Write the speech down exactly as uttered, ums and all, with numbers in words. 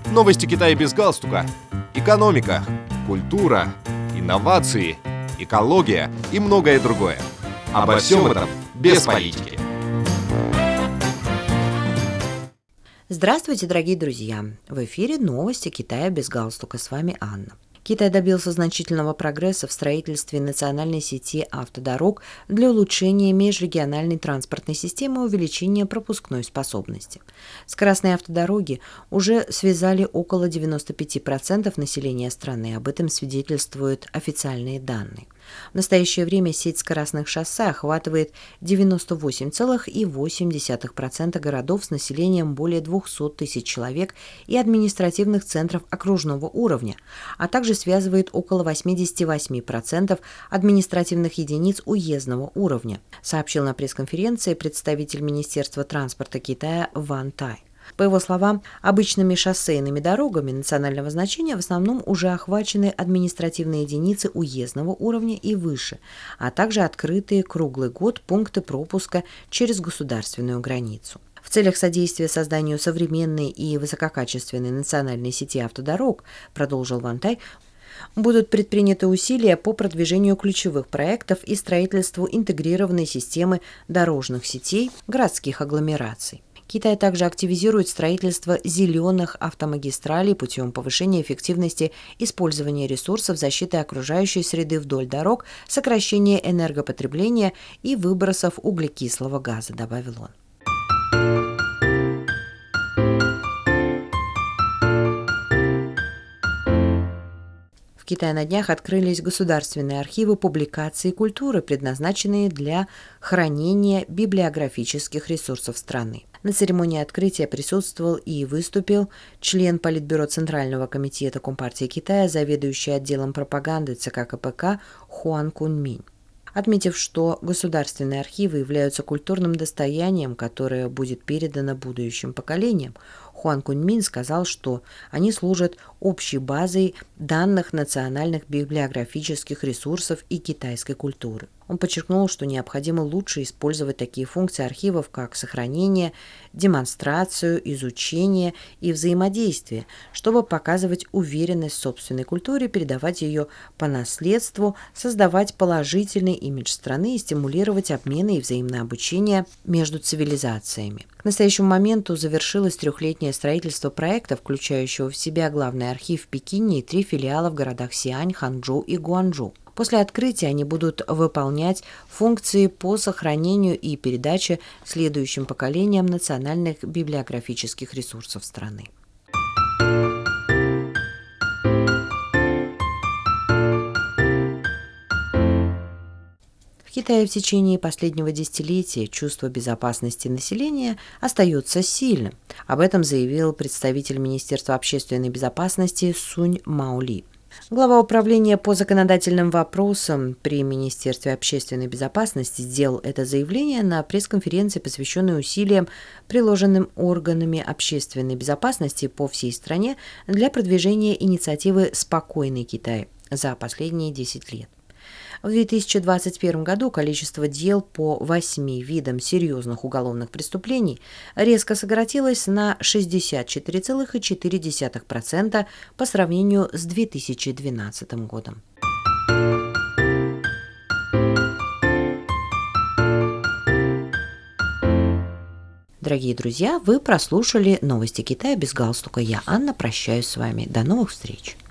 Новости Китая без галстука. Экономика, культура, инновации, экология и многое другое. Обо всем этом без политики. Здравствуйте, дорогие друзья! В эфире новости Китая без галстука. С вами Анна. Китай добился значительного прогресса в строительстве национальной сети автодорог для улучшения межрегиональной транспортной системы и увеличения пропускной способности. Скоростные автодороги уже связали около девяноста пяти процентов населения страны, об этом свидетельствуют официальные данные. В настоящее время сеть скоростных шоссе охватывает девяносто восемь целых восемь десятых процента городов с населением более двухсот тысяч человек и административных центров окружного уровня, а также связывает около восьмидесяти восьми процентов административных единиц уездного уровня, сообщил на пресс-конференции представитель Министерства транспорта Китая Ван Тай. По его словам, обычными шоссейными дорогами национального значения в основном уже охвачены административные единицы уездного уровня и выше, а также открытые круглый год пункты пропуска через государственную границу. В целях содействия созданию современной и высококачественной национальной сети автодорог, продолжил Ван Тай, будут предприняты усилия по продвижению ключевых проектов и строительству интегрированной системы дорожных сетей городских агломераций. Китай также активизирует строительство зеленых автомагистралей путем повышения эффективности использования ресурсов, защиты окружающей среды вдоль дорог, сокращения энергопотребления и выбросов углекислого газа, добавил он. В Китае на днях открылись государственные архивы публикаций культуры, предназначенные для хранения библиографических ресурсов страны. На церемонии открытия присутствовал и выступил член Политбюро Центрального комитета Компартии Китая, заведующий отделом пропаганды ЦК КПК Хуан Куньминь. Отметив, что государственные архивы являются культурным достоянием, которое будет передано будущим поколениям, Хуан Куньмин сказал, что они служат общей базой данных национальных библиографических ресурсов и китайской культуры. Он подчеркнул, что необходимо лучше использовать такие функции архивов, как сохранение, демонстрацию, изучение и взаимодействие, чтобы показывать уверенность в собственной культуре, передавать ее по наследству, создавать положительный имидж страны и стимулировать обмены и взаимное обучение между цивилизациями. К настоящему моменту завершилось трехлетнее строительство проекта, включающего в себя главный архив в Пекине и три филиала в городах Сиань, Ханчжоу и Гуанчжоу. После открытия они будут выполнять функции по сохранению и передаче следующим поколениям национальных библиографических ресурсов страны. В Китае в течение последнего десятилетия чувство безопасности населения остается сильным. Об этом заявил представитель Министерства общественной безопасности Сунь Маоли. Глава управления по законодательным вопросам при Министерстве общественной безопасности сделал это заявление на пресс-конференции, посвященной усилиям, приложенным органами общественной безопасности по всей стране для продвижения инициативы «Спокойный Китай» за последние десять лет. В две тысячи двадцать первом году количество дел по восьми видам серьезных уголовных преступлений резко сократилось на шестьдесят четыре целых четыре десятых процента по сравнению с две тысячи двенадцатым годом. Дорогие друзья, вы прослушали новости Китая без галстука. Я, Анна, прощаюсь с вами. До новых встреч!